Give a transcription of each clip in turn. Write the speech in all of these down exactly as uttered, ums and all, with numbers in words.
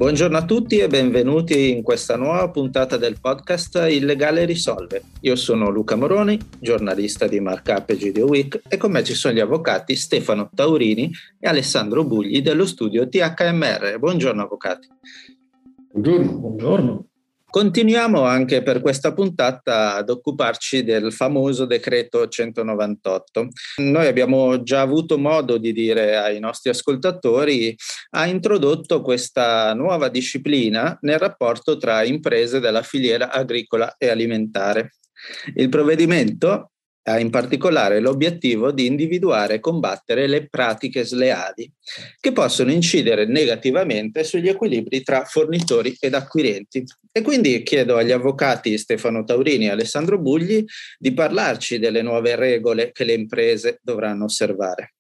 Buongiorno a tutti e benvenuti in questa nuova puntata del podcast Il Legale Risolve. Io sono Luca Moroni, giornalista di Markup e G D O Week, e con me ci sono gli avvocati Stefano Taurini e Alessandro Bugli dello studio T H M R. Buongiorno avvocati. Buongiorno. Buongiorno. Continuiamo anche per questa puntata ad occuparci del famoso decreto centonovantotto. Noi abbiamo già avuto modo di dire ai nostri ascoltatori, ha introdotto questa nuova disciplina nel rapporto tra imprese della filiera agricola e alimentare. Il provvedimento ha in particolare l'obiettivo di individuare e combattere le pratiche sleali che possono incidere negativamente sugli equilibri tra fornitori ed acquirenti. E quindi chiedo agli avvocati Stefano Taurini e Alessandro Bugli di parlarci delle nuove regole che le imprese dovranno osservare.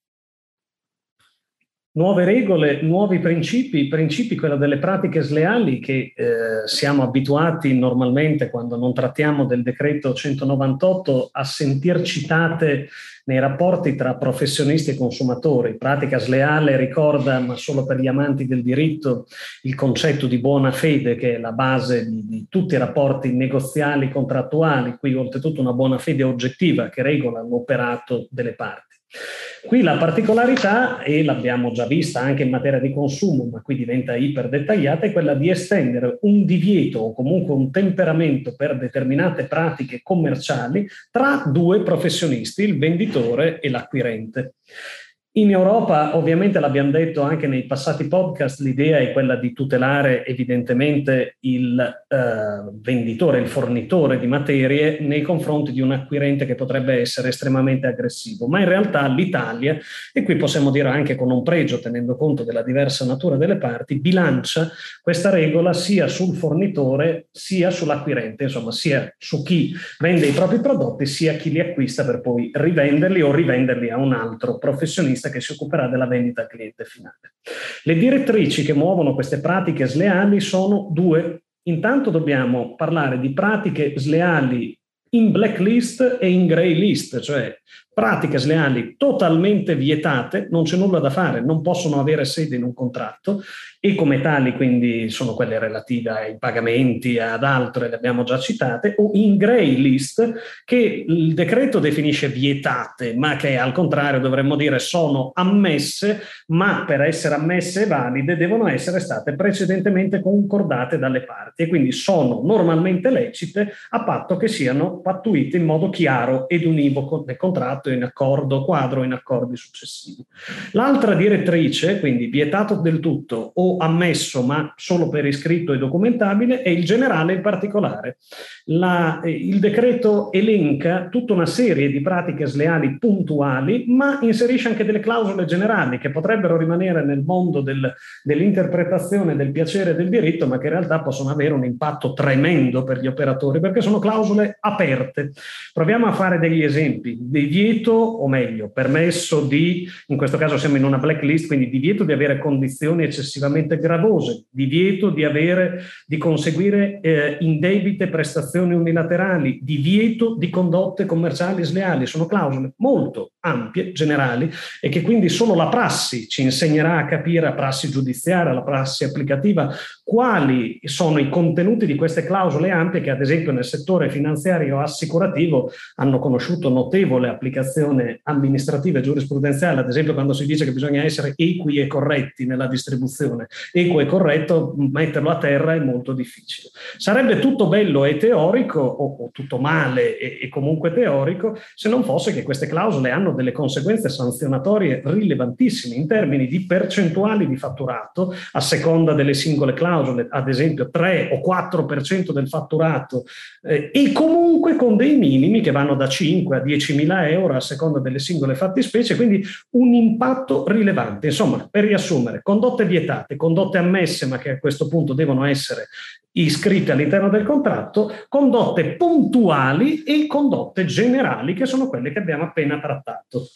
Nuove regole, nuovi principi, principi quello delle pratiche sleali che eh, siamo abituati normalmente quando non trattiamo del decreto centonovantotto a sentir citate nei rapporti tra professionisti e consumatori. Pratica sleale ricorda, ma solo per gli amanti del diritto, il concetto di buona fede che è la base di, di tutti i rapporti negoziali contrattuali, qui oltretutto una buona fede oggettiva che regola l'operato delle parti. Qui la particolarità, e l'abbiamo già vista anche in materia di consumo, ma qui diventa iper dettagliata, è quella di estendere un divieto o comunque un temperamento per determinate pratiche commerciali tra due professionisti, il venditore e l'acquirente. In Europa, ovviamente l'abbiamo detto anche nei passati podcast, l'idea è quella di tutelare evidentemente il eh, venditore, il fornitore di materie nei confronti di un acquirente che potrebbe essere estremamente aggressivo. Ma in realtà l'Italia, e qui possiamo dire anche con un pregio tenendo conto della diversa natura delle parti, bilancia questa regola sia sul fornitore sia sull'acquirente, insomma sia su chi vende i propri prodotti sia chi li acquista per poi rivenderli o rivenderli a un altro professionista che si occuperà della vendita al cliente finale. Le direttrici che muovono queste pratiche sleali sono due. Intanto dobbiamo parlare di pratiche sleali in blacklist e in grey list, cioè pratiche sleali totalmente vietate, non c'è nulla da fare, non possono avere sede in un contratto e come tali quindi sono quelle relative ai pagamenti, ad altre le abbiamo già citate, o in grey list che il decreto definisce vietate, ma che al contrario dovremmo dire sono ammesse, ma per essere ammesse e valide devono essere state precedentemente concordate dalle parti e quindi sono normalmente lecite a patto che siano pattuite in modo chiaro ed univoco nel contratto, in accordo quadro, in accordi successivi. L'altra direttrice, quindi vietato del tutto o ammesso ma solo per iscritto e documentabile, è il generale in particolare. La, eh, il decreto elenca tutta una serie di pratiche sleali puntuali, ma inserisce anche delle clausole generali che potrebbero rimanere nel mondo del, dell'interpretazione del piacere e del diritto, ma che in realtà possono avere un impatto tremendo per gli operatori, perché sono clausole aperte. Proviamo a fare degli esempi. Divieto, o meglio, permesso di, in questo caso siamo in una blacklist, quindi divieto di avere condizioni eccessivamente gravose, divieto di avere, di conseguire eh, indebite prestazioni unilaterali, divieto di condotte commerciali sleali. Sono clausole molto ampie, generali, e che quindi solo la prassi ci insegnerà a capire, la prassi giudiziaria, la prassi applicativa, quali sono i contenuti di queste clausole ampie che ad esempio nel settore finanziario assicurativo hanno conosciuto notevole applicazione amministrativa e giurisprudenziale, ad esempio quando si dice che bisogna essere equi e corretti nella distribuzione. Equo e corretto, metterlo a terra è molto difficile. Sarebbe tutto bello e teorico, o, o tutto male e, e comunque teorico, se non fosse che queste clausole hanno delle conseguenze sanzionatorie rilevantissime in termini di percentuali di fatturato a seconda delle singole clausole, ad esempio tre o quattro per cento del fatturato, eh, e comunque con dei minimi che vanno da cinque a diecimila euro a seconda delle singole fattispecie, quindi un impatto rilevante. Insomma, per riassumere, condotte vietate, condotte ammesse ma che a questo punto devono essere iscritte all'interno del contratto, condotte puntuali e condotte generali che sono quelle che abbiamo appena trattato.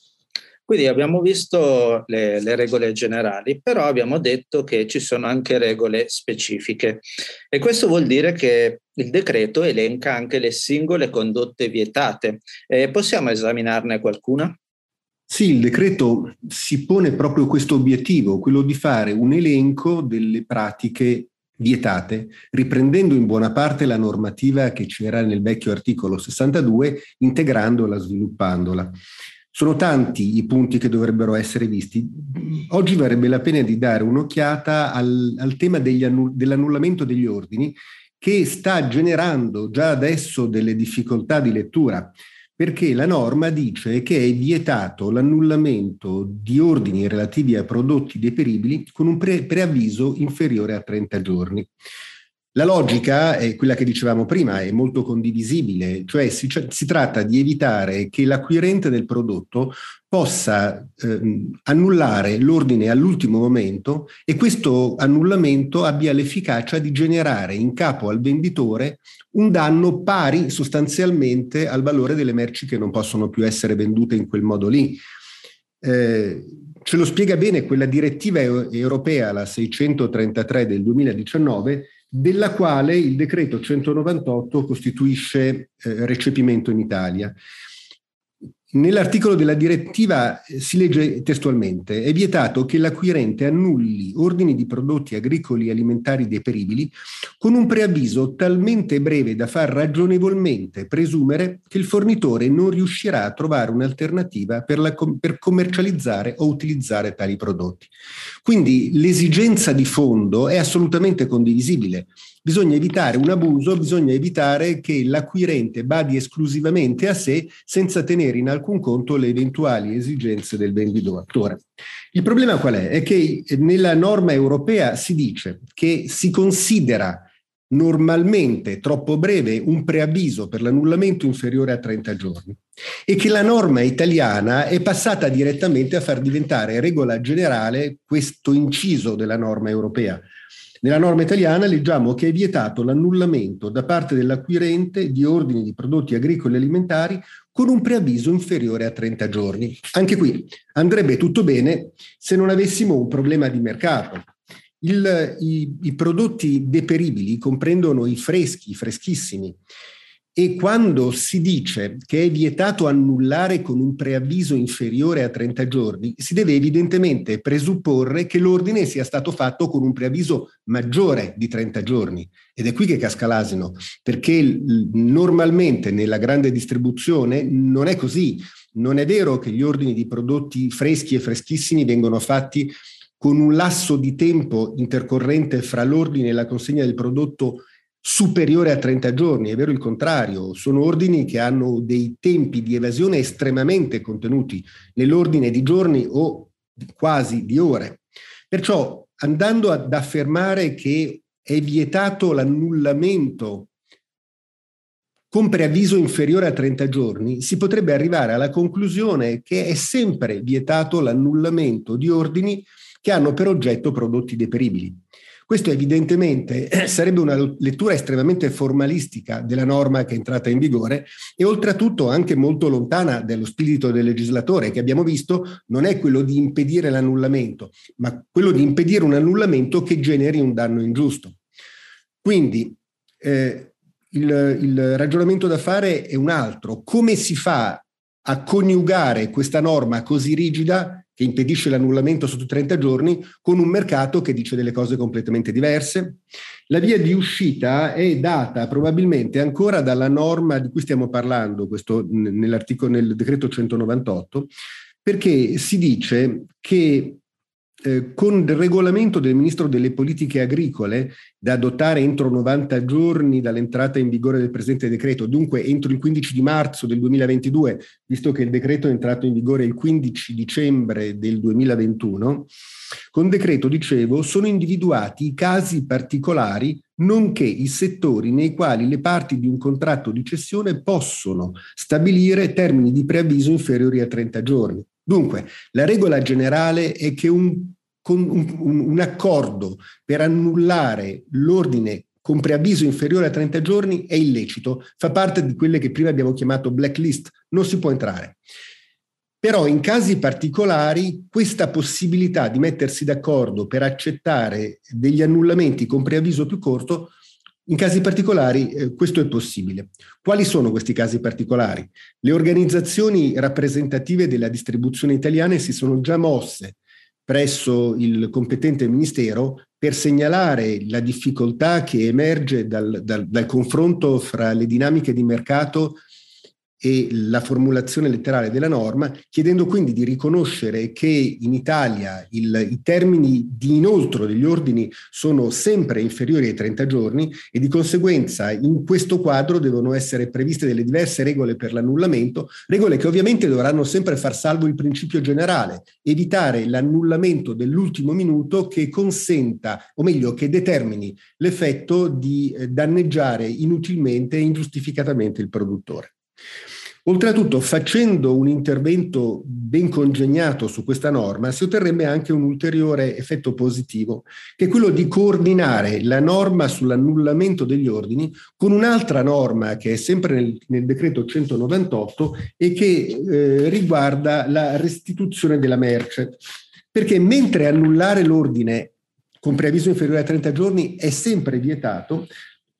Quindi abbiamo visto le, le regole generali, però abbiamo detto che ci sono anche regole specifiche e questo vuol dire che il decreto elenca anche le singole condotte vietate. Eh, possiamo esaminarne qualcuna? Sì, il decreto si pone proprio questo obiettivo, quello di fare un elenco delle pratiche vietate, riprendendo in buona parte la normativa che c'era nel vecchio articolo sessantadue, integrandola, sviluppandola. Sono tanti i punti che dovrebbero essere visti. Oggi varrebbe la pena di dare un'occhiata al, al tema degli annu- dell'annullamento degli ordini, che sta generando già adesso delle difficoltà di lettura, perché la norma dice che è vietato l'annullamento di ordini relativi a prodotti deperibili con un pre- preavviso inferiore a trenta giorni. La logica è quella che dicevamo prima, è molto condivisibile, cioè si, si tratta di evitare che l'acquirente del prodotto possa eh, annullare l'ordine all'ultimo momento e questo annullamento abbia l'efficacia di generare in capo al venditore un danno pari sostanzialmente al valore delle merci che non possono più essere vendute in quel modo lì. Eh, ce lo spiega bene quella direttiva europea, la seicentotrentatré del duemiladiciannove, della quale il decreto centonovantotto costituisce eh, recepimento in Italia. Nell'articolo della direttiva eh, si legge testualmente: è vietato che l'acquirente annulli ordini di prodotti agricoli e alimentari deperibili con un preavviso talmente breve da far ragionevolmente presumere che il fornitore non riuscirà a trovare un'alternativa per, la, per commercializzare o utilizzare tali prodotti. Quindi l'esigenza di fondo è assolutamente condivisibile. Bisogna evitare un abuso, bisogna evitare che l'acquirente badi esclusivamente a sé senza tenere in alcun conto le eventuali esigenze del venditore. Il problema qual è? È che nella norma europea si dice che si considera normalmente troppo breve un preavviso per l'annullamento inferiore a trenta giorni e che la norma italiana è passata direttamente a far diventare regola generale questo inciso della norma europea. Nella norma italiana leggiamo che è vietato l'annullamento da parte dell'acquirente di ordini di prodotti agricoli e alimentari con un preavviso inferiore a trenta giorni. Anche qui andrebbe tutto bene se non avessimo un problema di mercato. Il, i, I prodotti deperibili comprendono i freschi, i freschissimi, e quando si dice che è vietato annullare con un preavviso inferiore a trenta giorni, si deve evidentemente presupporre che l'ordine sia stato fatto con un preavviso maggiore di trenta giorni. Ed è qui che casca l'asino, perché normalmente nella grande distribuzione non è così. Non è vero che gli ordini di prodotti freschi e freschissimi vengono fatti con un lasso di tempo intercorrente fra l'ordine e la consegna del prodotto superiore a trenta giorni, è vero il contrario, sono ordini che hanno dei tempi di evasione estremamente contenuti nell'ordine di giorni o quasi di ore. Perciò, andando ad affermare che è vietato l'annullamento con preavviso inferiore a trenta giorni, si potrebbe arrivare alla conclusione che è sempre vietato l'annullamento di ordini che hanno per oggetto prodotti deperibili. Questo evidentemente sarebbe una lettura estremamente formalistica della norma che è entrata in vigore e oltretutto anche molto lontana dallo spirito del legislatore, che abbiamo visto non è quello di impedire l'annullamento, ma quello di impedire un annullamento che generi un danno ingiusto. Quindi eh, il, il ragionamento da fare è un altro: come si fa a coniugare questa norma così rigida che impedisce l'annullamento sotto trenta giorni con un mercato che dice delle cose completamente diverse? La via di uscita è data probabilmente ancora dalla norma di cui stiamo parlando, questo nell'articolo, nel decreto centonovantotto, perché si dice che Eh, con il regolamento del Ministro delle Politiche Agricole, da adottare entro novanta giorni dall'entrata in vigore del presente decreto, dunque entro il quindici di marzo del duemilaventidue, visto che il decreto è entrato in vigore il quindici dicembre del duemilaventuno, con decreto, dicevo, sono individuati i casi particolari nonché i settori nei quali le parti di un contratto di cessione possono stabilire termini di preavviso inferiori a trenta giorni. Dunque, la regola generale è che un, un, un accordo per annullare l'ordine con preavviso inferiore a trenta giorni è illecito, fa parte di quelle che prima abbiamo chiamato blacklist, non si può entrare. Però in casi particolari questa possibilità di mettersi d'accordo per accettare degli annullamenti con preavviso più corto In casi particolari eh, questo è possibile. Quali sono questi casi particolari? Le organizzazioni rappresentative della distribuzione italiana si sono già mosse presso il competente ministero per segnalare la difficoltà che emerge dal, dal, dal confronto fra le dinamiche di mercato e la formulazione letterale della norma, chiedendo quindi di riconoscere che in Italia il, i termini di inoltro degli ordini sono sempre inferiori ai trenta giorni e di conseguenza in questo quadro devono essere previste delle diverse regole per l'annullamento, regole che ovviamente dovranno sempre far salvo il principio generale, evitare l'annullamento dell'ultimo minuto che consenta, o meglio che determini l'effetto di danneggiare inutilmente e ingiustificatamente il produttore. Oltretutto, facendo un intervento ben congegnato su questa norma, si otterrebbe anche un ulteriore effetto positivo, che è quello di coordinare la norma sull'annullamento degli ordini con un'altra norma che è sempre nel, nel decreto centonovantotto e che eh, riguarda la restituzione della merce. Perché mentre annullare l'ordine con preavviso inferiore a trenta giorni è sempre vietato,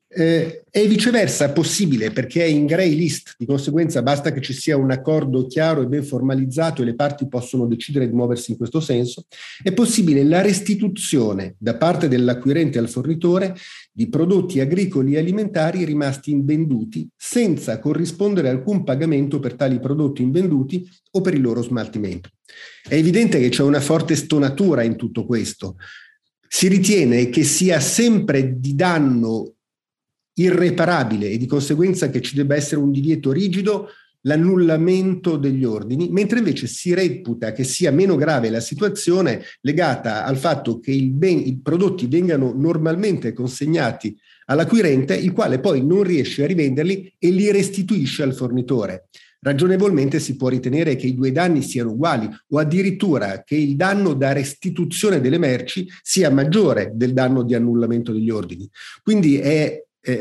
Eh, è viceversa possibile perché è in grey list, di conseguenza basta che ci sia un accordo chiaro e ben formalizzato e le parti possono decidere di muoversi in questo senso. È possibile la restituzione da parte dell'acquirente al fornitore di prodotti agricoli e alimentari rimasti invenduti senza corrispondere alcun pagamento per tali prodotti invenduti o per il loro smaltimento. È evidente che c'è una forte stonatura in tutto questo. Si ritiene che sia sempre di danno irreparabile e di conseguenza che ci debba essere un divieto rigido l'annullamento degli ordini, mentre invece si reputa che sia meno grave la situazione legata al fatto che il ben, i prodotti vengano normalmente consegnati all'acquirente, il quale poi non riesce a rivenderli e li restituisce al fornitore. Ragionevolmente si può ritenere che i due danni siano uguali o addirittura che il danno da restituzione delle merci sia maggiore del danno di annullamento degli ordini. Quindi è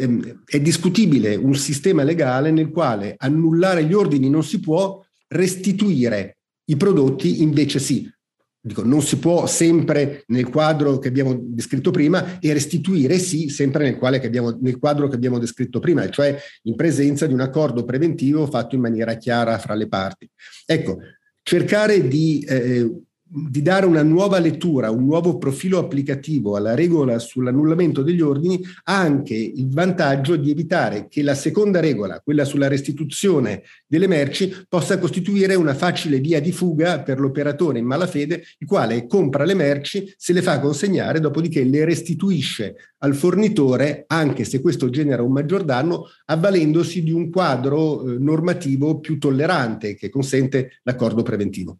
è discutibile un sistema legale nel quale annullare gli ordini non si può, restituire i prodotti invece sì. Dico, non si può sempre nel quadro che abbiamo descritto prima e restituire sì sempre nel, quale che abbiamo, nel quadro che abbiamo descritto prima, cioè in presenza di un accordo preventivo fatto in maniera chiara fra le parti. Ecco, cercare di eh, di dare una nuova lettura, un nuovo profilo applicativo alla regola sull'annullamento degli ordini ha anche il vantaggio di evitare che la seconda regola, quella sulla restituzione delle merci, possa costituire una facile via di fuga per l'operatore in malafede, il quale compra le merci, se le fa consegnare, dopodiché le restituisce al fornitore, anche se questo genera un maggior danno, avvalendosi di un quadro eh, normativo più tollerante che consente l'accordo preventivo.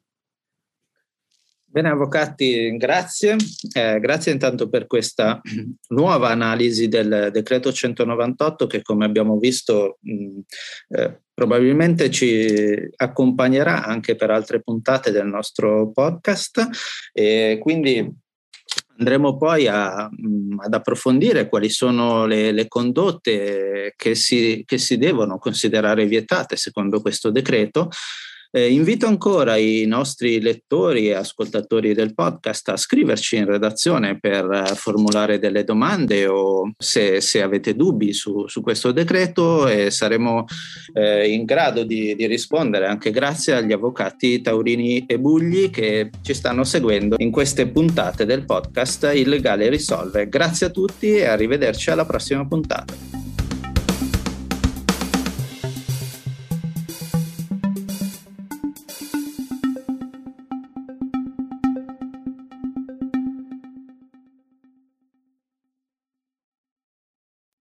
Bene avvocati, grazie. Eh, grazie intanto per questa nuova analisi del decreto centonovantotto che, come abbiamo visto, mh, eh, probabilmente ci accompagnerà anche per altre puntate del nostro podcast e quindi andremo poi a, mh, ad approfondire quali sono le, le condotte che si, che si devono considerare vietate secondo questo decreto. Eh, invito ancora i nostri lettori e ascoltatori del podcast a scriverci in redazione per uh, formulare delle domande o se, se avete dubbi su, su questo decreto e saremo eh, in grado di, di rispondere anche grazie agli avvocati Taurini e Bugli che ci stanno seguendo in queste puntate del podcast Il Legale Risolve. Grazie a tutti e arrivederci alla prossima puntata.